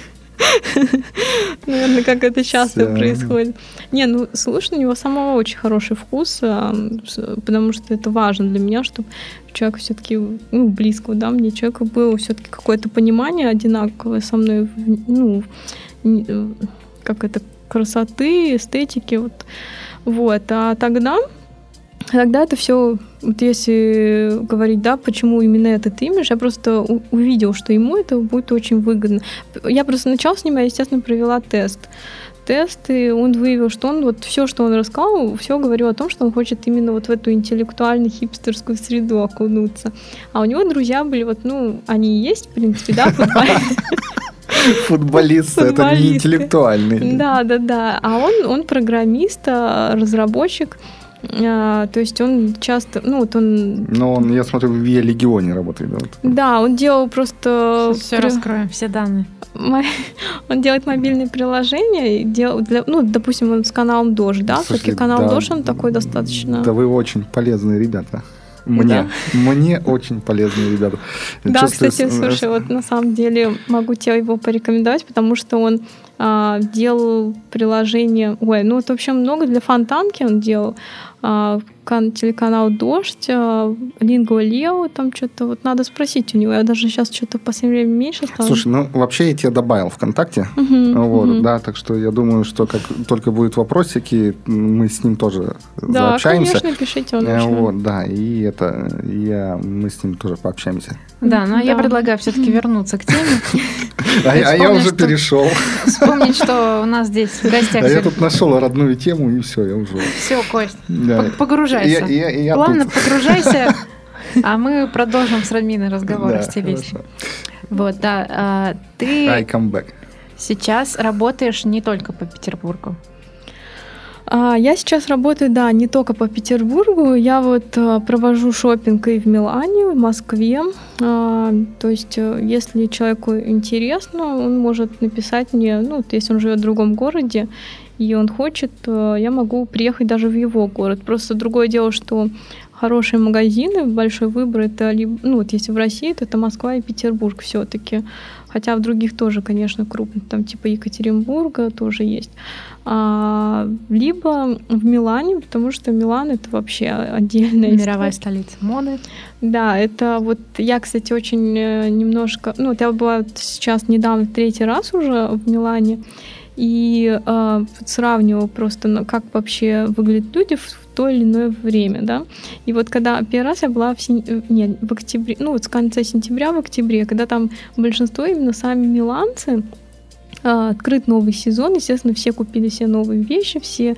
Наверное, как это часто происходит. Не, ну, слушай, у него самого очень хороший вкус, потому что это важно для меня, чтобы человек все-таки, ну, близко, да, мне человеку было все-таки какое-то понимание одинаковое со мной, ну, как это, красоты, эстетики, вот. А тогда это все, вот если говорить, да, почему именно этот имидж, я просто увидела, что ему это будет очень выгодно. Я просто начала с ним, я, естественно, провела тест, и он выявил, что он вот все, что он рассказал, все говорил о том, что он хочет именно вот в эту интеллектуально-хипстерскую среду окунуться. А у него друзья были вот, ну, они и есть, в принципе, да, футболисты, это не интеллектуальный. Да. А он программист, разработчик. То есть он часто, ну вот он... Но он, я смотрю, в Via Легионе работает, да? Да, он делал просто... Все раскроем, все данные. Он делает мобильные приложения, ну, допустим, он с каналом Дождь, да? Все-таки канал Дождь, он такой достаточно... Да вы очень полезные ребята. Мне очень полезные ребята. Да, кстати, слушай, вот на самом деле могу тебе его порекомендовать, потому что он делал приложение... Ой, ну вот вообще много для Фонтанки он делал. Телеканал «Дождь», Лингва Лео, там что-то... Вот надо спросить у него. Я даже сейчас что-то в последнее время меньше стало. Слушай, ну вообще я тебя добавил ВКонтакте. Да, так что я думаю, что как только будут вопросики, мы с ним тоже заобщаемся. Да, конечно, пишите. Он очень... Вот, да, и мы с ним тоже пообщаемся. Да, но я предлагаю все-таки вернуться к теме. А я уже перешел. Вспомнить, что у нас здесь в гостях. А я тут нашел родную тему, и все, я уже... Все, Кость, погружайся. Плавно погружайся, а мы продолжим с Радминой разговор о стилисте. Вот, да. Ты сейчас работаешь не только по Петербургу. Я сейчас работаю, да, не только по Петербургу. Я вот провожу шопинг и в Милане, в Москве. То есть, если человеку интересно, он может написать мне, ну, если он живет в другом городе, и он хочет, я могу приехать даже в его город. Просто другое дело, что хорошие магазины, большой выбор, это либо, ну, вот если в России, то это Москва и Петербург все-таки. Хотя в других тоже, конечно, крупных, там типа Екатеринбурга тоже есть. Либо в Милане, потому что Милан — это вообще отдельная мировая столица моды. Да, это вот я, кстати, очень немножко... Ну, вот я была сейчас недавно 3-й раз уже в Милане, и сравнивала просто, как вообще выглядят люди в то или иное время, да. И вот когда первый раз я была в октябре, ну вот с конца сентября в октябре, когда там большинство именно сами миланцы, открыт новый сезон, естественно, все купили себе новые вещи, все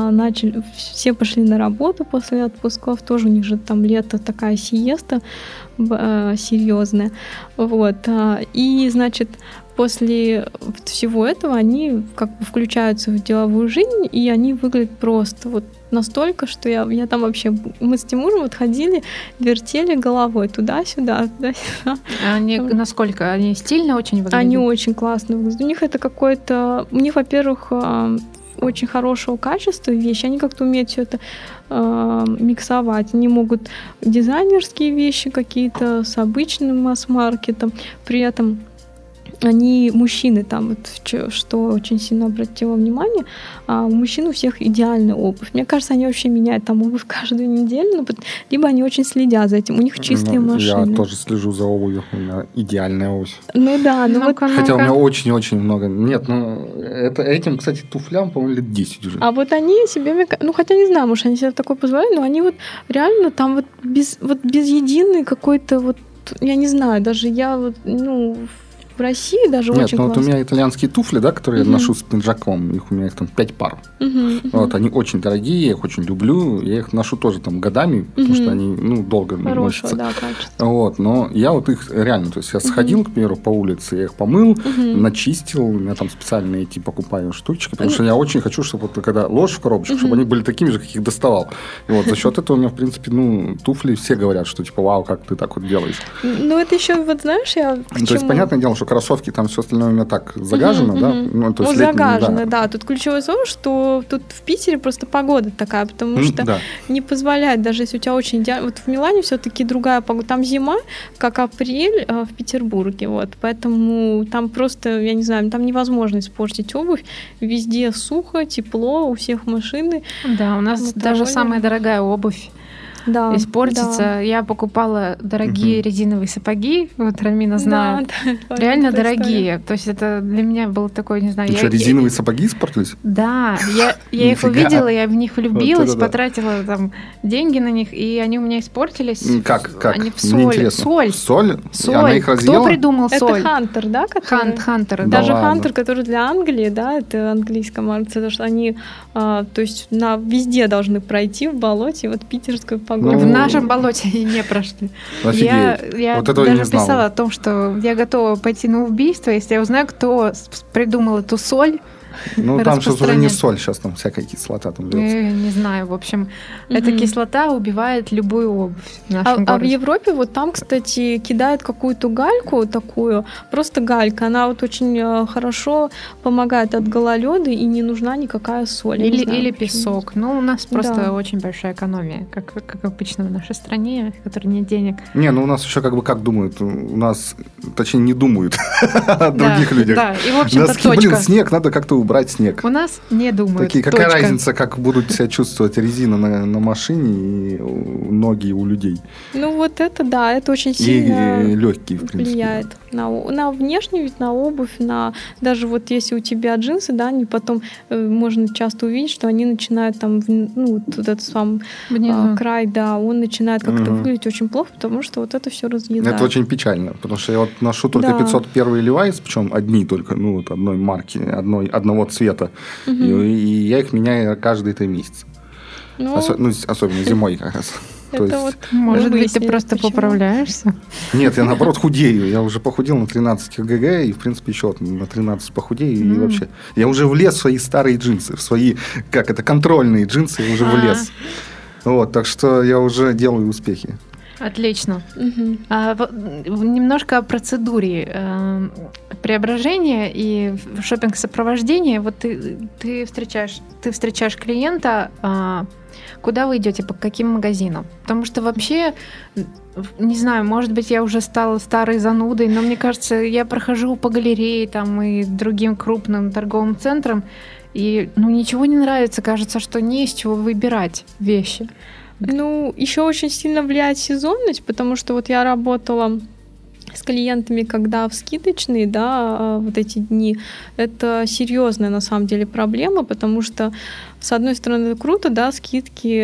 пошли на работу после отпусков, тоже у них же там лето, такая сиеста, серьезное. Вот. И, значит, после всего этого они как бы включаются в деловую жизнь, и они выглядят просто вот настолько, что я там вообще... Мы с Тимуром вот ходили, вертели головой туда-сюда, туда-сюда. Они насколько? Они стильно очень выглядят? Они очень классно выглядят. У них это какое-то... У них, во-первых, очень хорошего качества вещи. Они как-то умеют все это миксовать. Они могут дизайнерские вещи какие-то с обычным масс-маркетом. При этом они, мужчины, там, вот, что очень сильно обратила внимание, у мужчин у всех идеальная обувь. Мне кажется, они вообще меняют там обувь каждую неделю, либо они очень следят за этим. У них чистые машины. Я тоже слежу за обувью. У меня идеальная обувь. Ну да, ну вот... Хотя у меня очень-очень много. Нет, ну этим, кстати, туфлям, по-моему, лет 10 уже. А вот они себе... Ну, хотя не знаю, может, они себе такое позволяют, но они вот реально там вот без единой какой-то вот... Я не знаю, даже я вот, ну... В России даже Нет, очень ну классно. вот у меня итальянские туфли, да, которые я ношу с пиджаком, у меня их там 5 пар. Вот, они очень дорогие, я их очень люблю, я их ношу тоже там годами, потому что они, ну, долго носятся. Да, качество. Вот, но я вот их реально, то есть я сходил, к примеру, по улице, я их помыл, начистил, у меня там специальные эти покупаю штучки, потому что я очень хочу, чтобы вот когда ложишь в коробочку, чтобы они были такими же, каких доставал. И вот за счет этого у меня, в принципе, ну, туфли все говорят, что типа, вау, как ты так вот делаешь. Ну, это еще, вот знаешь, я... Ну, то есть, понятное дело, что кроссовки, там все остальное у меня так загажено, да? Ну, то есть загажено, да. Тут ключевое слово, что тут в Питере просто погода такая, потому что не позволяет, даже если у тебя очень идеально... Вот в Милане все-таки другая погода. Там зима, как апрель в Петербурге, вот. Поэтому там просто, я не знаю, там невозможно испортить обувь. Везде сухо, тепло, у всех машины. Да, у нас даже самая дорогая обувь испортится. Да. Я покупала дорогие резиновые сапоги, вот Рамина знает. Да, реально дорогие. То есть это для меня было такое, не знаю... резиновые сапоги испортились? Да, я их увидела, я в них влюбилась, потратила там деньги на них, и они у меня испортились. Как? Они в соль. Соль? Она их разъела? Кто придумал соль? Это Хантер, да? Хантер. Даже Хантер, который для Англии, да, это английская марка, потому что они, то есть везде должны пройти в болоте, вот питерскую погоду. В нашем болоте они не прошли. Я вот даже писала о том, что я готова пойти на убийство, если я узнаю, кто придумал эту соль. Ну, там сейчас уже не соль, сейчас там всякая кислота там берется. Не знаю, в общем, эта кислота убивает любую обувь в нашем городе. А в Европе вот там, кстати, кидают какую-то гальку такую, просто галька, она вот очень хорошо помогает от гололеда, и не нужна никакая соль. Или песок. Ну, у нас просто очень большая экономия, как обычно в нашей стране, в которой нет денег. Не, ну у нас еще как думают, у нас, точнее, не думают о других людях. Да, и в общем-то точка. Блин, снег, надо как-то убрать снег. У нас не думают. Какая разница, как будут себя чувствовать резина на машине и ноги у людей? Ну вот это да, это очень сильно и легкие, в принципе, влияет на внешний вид, на обувь, даже вот если у тебя джинсы, да, они потом можно часто увидеть, что они начинают там, ну вот этот сам край, да, он начинает как-то выглядеть очень плохо, потому что вот это все разъедает. Это очень печально, потому что я вот ношу только 501 Levi's, причем одни только, ну вот одной марки, одного цвета. И я их меняю каждые 3 месяца. Особенно зимой как раз. То есть, может быть, ты просто поправляешься? Нет, я наоборот худею. Я уже похудел на 13 кг, и, в принципе, еще на 13 похудею. И вообще, я уже влез в свои старые джинсы, в свои, контрольные джинсы, я уже влез. Вот, так что я уже делаю успехи. Отлично. Немножко о процедуре преображения и шопинг-сопровождения. Вот ты встречаешь клиента, куда вы идете, по каким магазинам? Потому что вообще, не знаю, может быть, я уже стала старой занудой, но мне кажется, я прохожу по галерее там, и другим крупным торговым центрам, и ничего не нравится, кажется, что не из чего выбирать вещи. Ну, еще очень сильно влияет сезонность, потому что вот я работала с клиентами, когда в скидочные, да, вот эти дни, это серьезная на самом деле проблема, потому что, с одной стороны, это круто, да, скидки,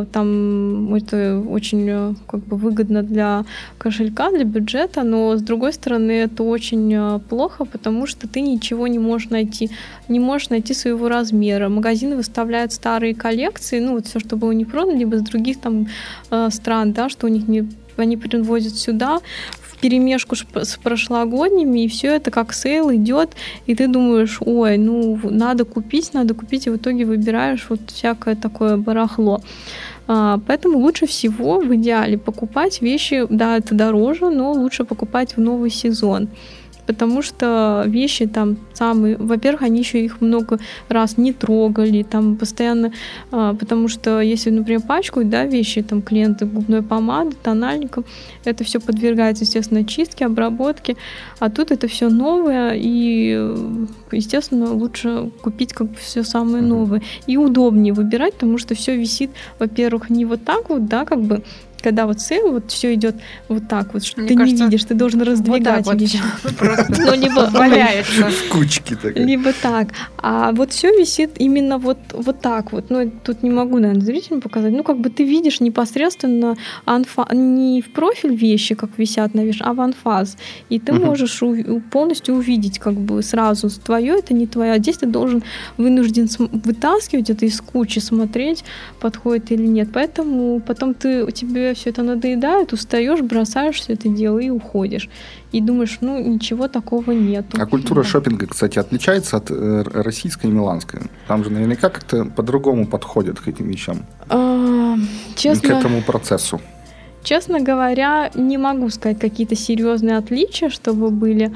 там это очень как бы выгодно для кошелька, для бюджета, но с другой стороны, это очень плохо, потому что ты ничего не можешь найти своего размера. Магазины выставляют старые коллекции, ну вот все, что было не продано, либо с других там стран, да, что у них не они привозят сюда вперемешку с прошлогодними, и все это как сейл идет, и ты думаешь, ой, ну надо купить, и в итоге выбираешь вот всякое такое барахло. Поэтому лучше всего в идеале покупать вещи, да, это дороже, но лучше покупать в новый сезон. Потому что вещи там самые... Во-первых, они еще их много раз не трогали, там постоянно... Потому что если, например, пачкают, да, вещи, там, клиенты губной помады, тональником, это все подвергается, естественно, чистке, обработке. А тут это все новое, и, естественно, лучше купить как бы все самое новое. И удобнее выбирать, потому что все висит, во-первых, не вот так вот, да, как бы, когда вот сейл, вот все идет вот так вот, что ты кажется, не видишь, ты должен раздвигать вот вещи. Ну, либо валяется в кучке такая. Либо так. А вот все висит именно вот так вот. Ну, тут не могу, наверное, зрителям показать. Ну, как бы ты видишь непосредственно не в профиль вещи, как висят на вещи, а в анфас. И ты можешь полностью увидеть как бы сразу, твое это не твое. А здесь ты должен вынужден вытаскивать это из кучи, смотреть, подходит или нет. Поэтому потом тебе все это надоедает, устаешь, бросаешь все это дело и уходишь. И думаешь, ну, ничего такого нету. А культура шопинга, кстати, отличается от российской и миланской? Там же наверняка как-то по-другому подходят к этим вещам. Честно, к этому процессу. Честно говоря, не могу сказать какие-то серьезные отличия, чтобы были.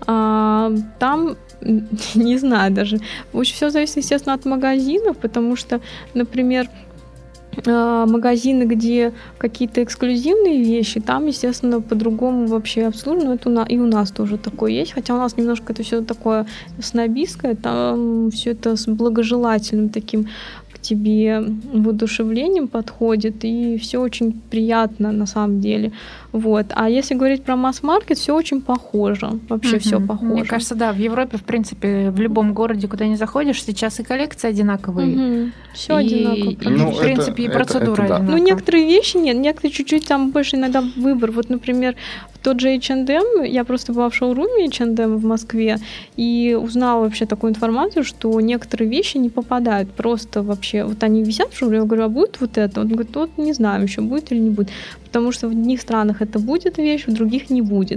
Там не знаю даже. Очень все зависит, естественно, от магазинов, потому что, например, магазины, где какие-то эксклюзивные вещи, там, естественно, по-другому вообще обслуживано. Это и у нас тоже такое есть. Хотя у нас немножко это все такое снобистское, там все это с благожелательным таким к тебе воодушевлением подходит, и все очень приятно на самом деле. Вот. А если говорить про масс-маркет, все очень похоже. Вообще все похоже. Мне кажется, да, в Европе, в принципе, в любом городе, куда не заходишь, сейчас и коллекции одинаковые. Все одинаково. Ну, в принципе, и процедура одинаковая. Ну, некоторые вещи нет, некоторые чуть-чуть там больше иногда выбор. Вот, например, тот же H&M, я просто была в шоуруме H&M в Москве и узнала вообще такую информацию, что некоторые вещи не попадают просто вообще. Вот они висят в шоуруме, я говорю, а будет вот это? Он говорит, вот не знаю еще, будет или не будет. Потому что в одних странах это будет вещь, в других не будет.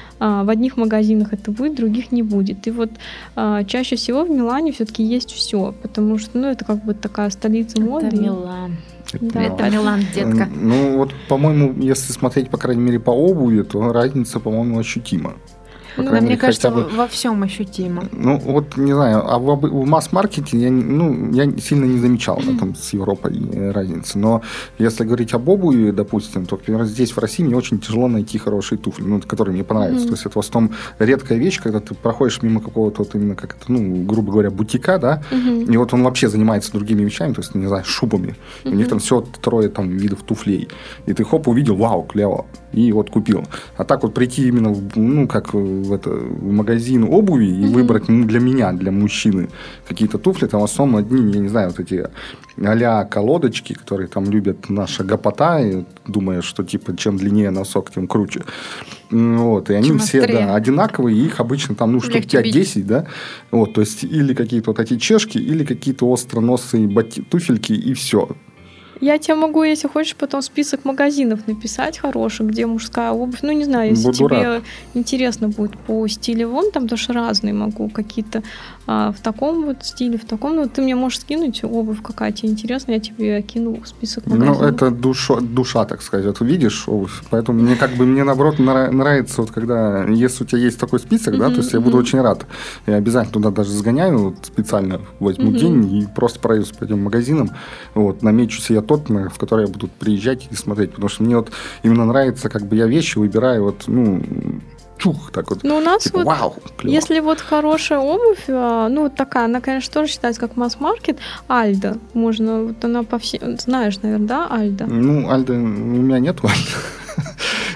В одних магазинах это будет, в других не будет. И вот чаще всего в Милане все-таки есть все, потому что, ну, это как бы такая столица моды. Это Милан. Да. Это Милан, детка. Ну, вот, по-моему, если смотреть, по крайней мере, по обуви, то разница, по-моему, ощутима. Ну, мне кажется, во всем ощутимо. Ну, вот, не знаю, а в масс-маркете я сильно не замечал там с Европой разницы. Но если говорить об обуви, допустим, то, например, здесь, в России, мне очень тяжело найти хорошие туфли, ну, которые мне понравятся. То есть это в основном редкая вещь, когда ты проходишь мимо какого-то, вот именно как это, ну, грубо говоря, бутика, да, и вот он вообще занимается другими вещами, то есть, не знаю, шубами. У них там все трое там видов туфлей. И ты хоп, увидел, вау, клево, и вот купил. А так вот прийти именно, ну, как в магазин обуви и выбрать для меня, для мужчины какие-то туфли, там в основном одни, я не знаю, вот эти а-ля колодочки, которые там любят наша гопота, и думая, что типа чем длиннее носок, тем круче. Вот, и они чем все одинаковые, и их обычно там, ну, штук 5-10, да, вот, то есть или какие-то вот эти чешки, или какие-то остроносые туфельки, и все. Я тебе могу, если хочешь, потом список магазинов написать хороших, где мужская обувь. Ну, не знаю, если тебе интересно будет по стилю вон, там тоже разные могу. Какие-то в таком вот стиле, в таком. Ну, ты мне можешь скинуть обувь, какая тебе интересна, я тебе кину список магазинов. Ну, это душа, так сказать. Вот видишь обувь. Поэтому мне наоборот нравится, вот когда, если у тебя есть такой список, да, то есть я буду очень рад. Я обязательно туда даже сгоняю, вот, специально возьму день и просто пройдусь по этим магазинам, вот, намечу себе тот, в который я буду приезжать и смотреть, потому что мне вот именно нравится, как бы я вещи выбираю вот, ну, чух, так вот. Ну, у нас типа, вот, вау, клево. Если вот хорошая обувь, ну, вот такая, она, конечно, тоже считается как масс-маркет, Альда, можно, вот она по всем, знаешь, наверное, да, Альда? Ну, Альда, у меня нету Альда.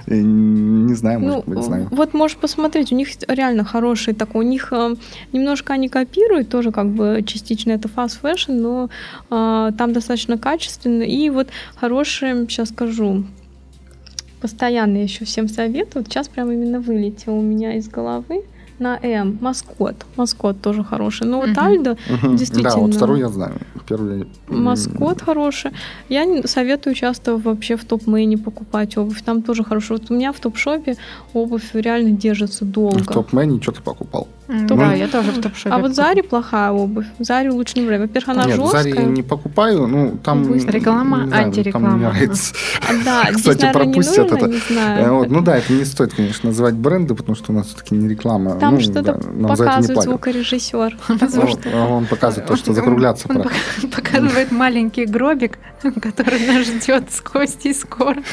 Не знаю, может быть, знаю. Вот можешь посмотреть, у них реально хороший такой, у них немножко они копируют, тоже как бы частично это fast fashion, но там достаточно качественно, и вот хорошие, сейчас скажу, постоянно еще всем советую, вот сейчас прям именно вылетел у меня из головы, на М. Маскот тоже хороший. Но вот Альдо действительно... Да, вот второй я знаю. первый... Маскот хороший. Я советую часто вообще в Топ-Мэне покупать обувь. Там тоже хорошо. Вот у меня в Топ-Шопе обувь реально держится долго. В Топ-Мэне что ты покупал? Да, я тоже в Топ-Шопе. А вот Заре плохая обувь. Заре лучше не брать. Во-первых, она жесткая. Нет, Заре не покупаю. Ну, там... Реклама, антиреклама. Там мне нравится. Да, кстати, здесь, наверное, пропустят не нужно, это. Не знаю. Ну да, это не стоит, конечно, называть бренды, потому что у нас все-таки не реклама. Там что-то показывает звукорежиссер. Он показывает то, что закругляться пора. Он показывает маленький гробик, который нас ждет с Костей скоро.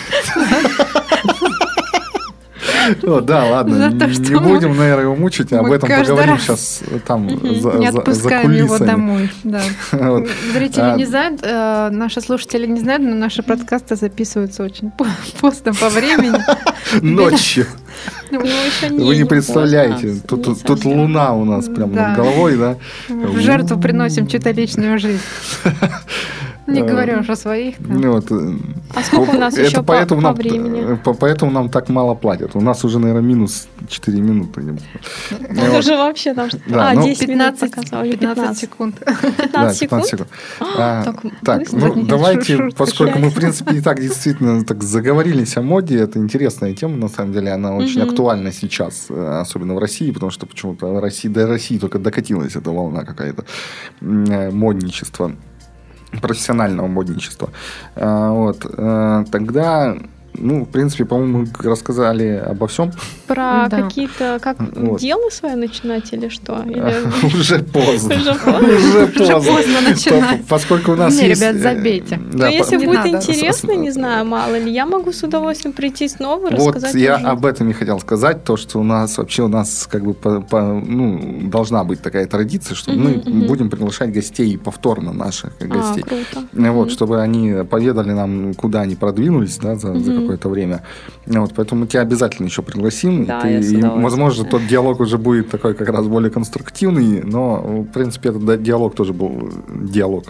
Да, ладно, не будем, наверное, его мучить, об этом поговорим сейчас там за кулисами. Не отпускаем его домой. Зрители не знают, наши слушатели не знают, но наши подкасты записываются очень поздно по времени. Ночью. Вы не представляете, тут луна у нас прям над головой, да? В жертву приносим чью-то личную жизнь. Не говоря уж о своих. А сколько у нас еще по времени? Поэтому нам так мало платят. У нас уже, наверное, минус 4 минуты. Это же вообще там... 10 минут показали. 15 секунд. 15 секунд? Так, ну давайте, поскольку мы, в принципе, и так действительно так заговорились о моде, это интересная тема, на самом деле, она очень актуальна сейчас, особенно в России, потому что почему-то до России только докатилась эта волна какая-то модничества. Профессионального модничества. Тогда, в принципе, по-моему, мы рассказали обо всем. Про какие-то, как дело свое начинать или что? Уже поздно. Уже поздно начинать. Поскольку у нас есть... ребят, забейте. Но если будет интересно, не знаю, мало ли, я могу с удовольствием прийти снова, рассказать. Вот я об этом и хотел сказать, то, что у нас как бы должна быть такая традиция, что мы будем приглашать гостей повторно, наших гостей. Круто. Чтобы они поведали нам, куда они продвинулись, да, за какое-то время. Поэтому мы тебя обязательно еще пригласим. Да, и возможно, тот диалог уже будет такой как раз более конструктивный, но, в принципе, этот диалог тоже был диалог.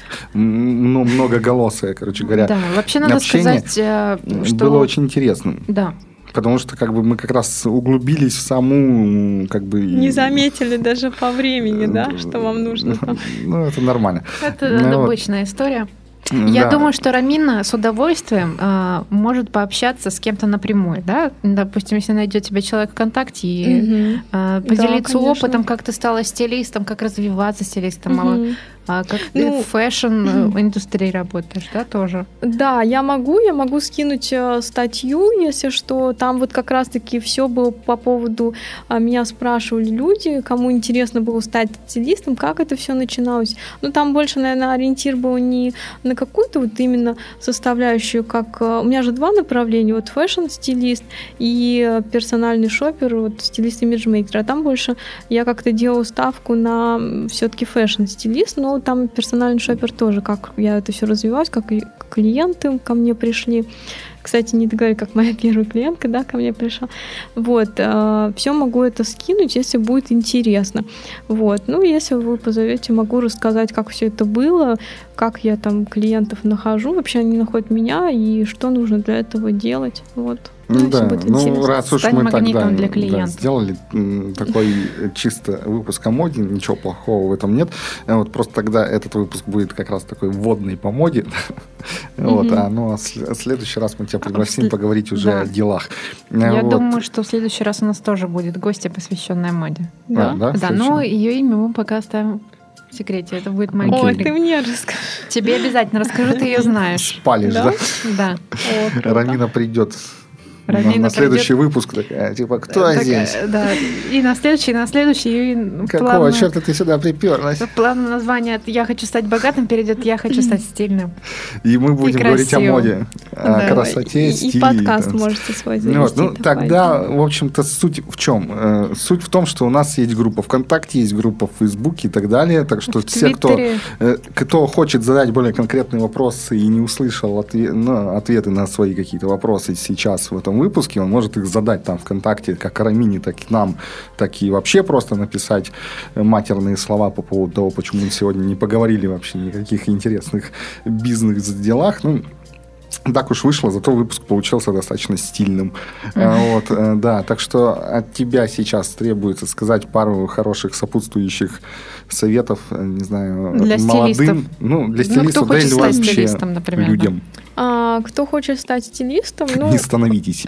Многоголосое, короче говоря. Да, вообще надо сказать, что... Было очень интересным. Да. Потому что мы как раз углубились в саму... Не заметили даже по времени, да, что вам нужно там. Это нормально. Это обычная история. Я думаю, что Рамина с удовольствием может пообщаться с кем-то напрямую, да? Допустим, если найдет тебя человек ВКонтакте и поделиться опытом, как ты стала стилистом, как развиваться стилистом, как ты в фэшн-индустрии работаешь, да, тоже? Да, я могу скинуть статью, если что. Там вот как раз-таки все было по поводу... Меня спрашивали люди, кому интересно было стать стилистом, как это все начиналось. Там больше, наверное, ориентир был не на какую-то вот именно составляющую, как... У меня же 2 направления, вот фэшн-стилист и персональный шопер, вот стилист-имиджмейкер. А там больше я как-то делала ставку на все-таки фэшн-стилист, но там персональный шопер тоже, как я это все развивалась, как и клиенты ко мне пришли. Кстати, не договорю, как моя первая клиентка, да, ко мне пришла. Все могу это скинуть, если будет интересно. Если вы позовете, могу рассказать, как все это было, как я там клиентов нахожу, вообще они находят меня и что нужно для этого делать. Раз уж мы тогда для клиентов. сделали такой чисто выпуск о моде, ничего плохого в этом нет. Просто тогда этот выпуск будет как раз такой вводный по моде. А в следующий раз мы тебя пригласим поговорить уже о делах. Я думаю, что в следующий раз у нас тоже будет гостья, посвященная моде. Да, но ее имя мы пока оставим в секрете. Это будет моя. Ой, ты мне расскажи. Тебе обязательно расскажу, ты ее знаешь. Спалишь, да? Да. Рамина придет. На следующий выпуск такая, кто здесь? Да, и на следующий. Какого черта ты сюда приперлась? Плавное название «Я хочу стать богатым» перейдет «Я хочу стать стильным». И мы будем говорить о моде, о красоте, стиле. И подкаст можете свой завести. Тогда, в общем-то, суть в чем? Суть в том, что у нас есть группа ВКонтакте, есть группа в Фейсбуке и так далее. Так что все, кто хочет задать более конкретные вопросы и не услышал ответы на свои какие-то вопросы сейчас в этом выпуске, он может их задать там ВКонтакте, как Рамине, так и нам, так и вообще просто написать матерные слова по поводу того, почему мы сегодня не поговорили вообще никаких интересных бизнес-делах. Так уж вышло, зато выпуск получился достаточно стильным. Вот, да, так что от тебя сейчас требуется сказать пару хороших сопутствующих советов, не знаю, для молодым. Стилистов. Ну, для стилистов, кто да, хочет или стать вообще стилистом, например, людям. Кто хочет стать стилистом, Не становитесь.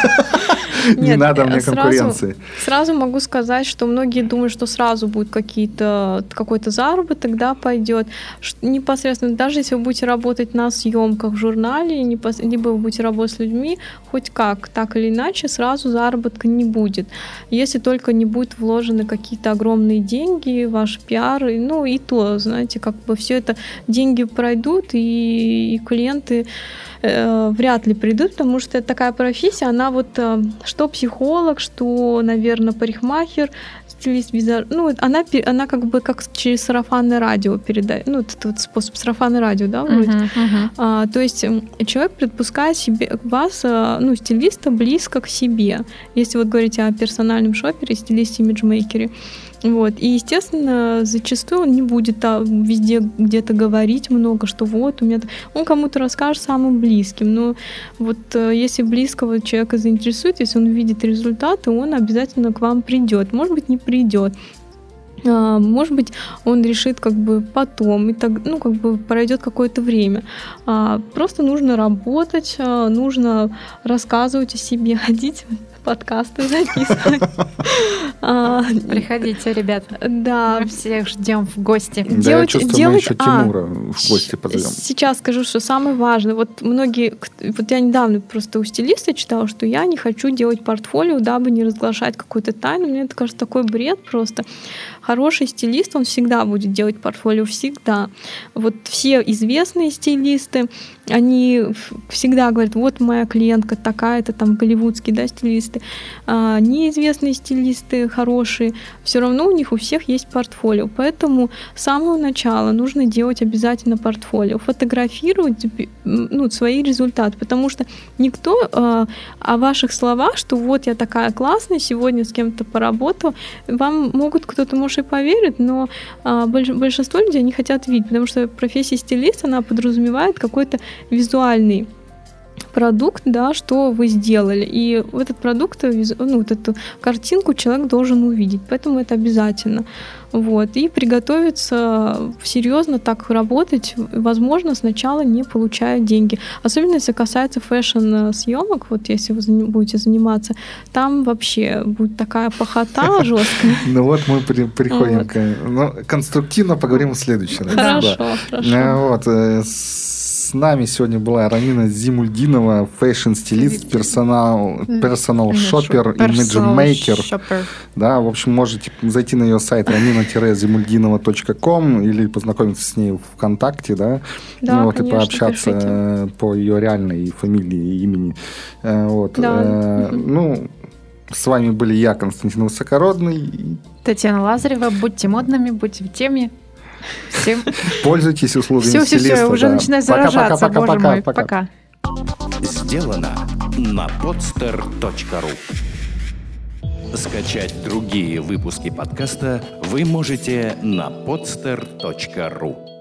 Не Нет, надо мне конкуренции. Сразу могу сказать, что многие думают, что сразу будет какой-то заработок, да, пойдет. Непосредственно, даже если вы будете работать на съемках в журнале, либо вы будете работать с людьми, хоть как, так или иначе, сразу заработка не будет. Если только не будут вложены какие-то огромные деньги, ваш пиар, ну и то, знаете, как бы все это, деньги пройдут, и клиенты вряд ли придут, потому что это такая профессия, она вот что психолог, что, наверное, парикмахер, стилист, ну, она как бы как через сарафанное радио передает, ну, это вот способ сарафанное радио, да, вроде. То есть человек предпускает себе вас, ну, стилиста близко к себе, если вот говорить о персональном шопере, стилисте, имиджмейкере. Вот. И, естественно, зачастую он не будет везде где-то говорить много, что вот у меня... Он кому-то расскажет самым близким. Но вот если близкого человека заинтересует, если он увидит результаты, он обязательно к вам придет. Может быть, не придет. Может быть, он решит как бы потом, и так, ну, как бы пройдет какое-то время. Просто нужно работать, нужно рассказывать о себе, ходить, подкасты записывать. Приходите, ребята. Да. Мы всех ждем в гости. Да, я чувствую, мы еще Тимура в гости позовем. Сейчас скажу, что самое важное. Вот я недавно просто у стилиста читала, что я не хочу делать портфолио, дабы не разглашать какую-то тайну. Мне это кажется такой бред просто. Хороший стилист, он всегда будет делать портфолио, всегда. Вот все известные стилисты, они всегда говорят, вот моя клиентка такая-то, там голливудские, да, стилисты. Неизвестные стилисты хорошие, все равно у них у всех есть портфолио. Поэтому с самого начала нужно делать обязательно портфолио, фотографировать, ну, свои результаты, потому что никто о ваших словах, что вот я такая классная, сегодня с кем-то поработала, вам кто-то, может, и поверит, но большинство людей не хотят видеть, потому что профессия стилиста, она подразумевает какой-то визуальный продукт, да, что вы сделали. И этот продукт, ну, вот эту картинку человек должен увидеть. Поэтому это обязательно. Вот. И приготовиться серьезно так работать, возможно, сначала не получая деньги. Особенно, если касается фэшн-съемок, вот если вы будете заниматься, там вообще будет такая похота жесткая. Ну вот мы приходим к... конструктивно поговорим в следующий раз. Хорошо. Вот. С нами сегодня была Рамина Зимульдинова, фэшн-стилист, персонал-шоппер, имиджмейкер. Да, в общем, можете зайти на ее сайт ramina-zimulдинова.com или познакомиться с ней ВКонтакте, да, вот, конечно, и пообщаться по ее реальной фамилии и имени. Вот. Да. Ну, с вами были я, Константин Высокородный. Татьяна Лазарева. Будьте модными, будьте в теме. Всем. Пользуйтесь услугами стилиста. Все, я уже начинаю заражаться, боже мой. Пока. Сделано на podster.ru. Скачать другие выпуски подкаста вы можете на podster.ru.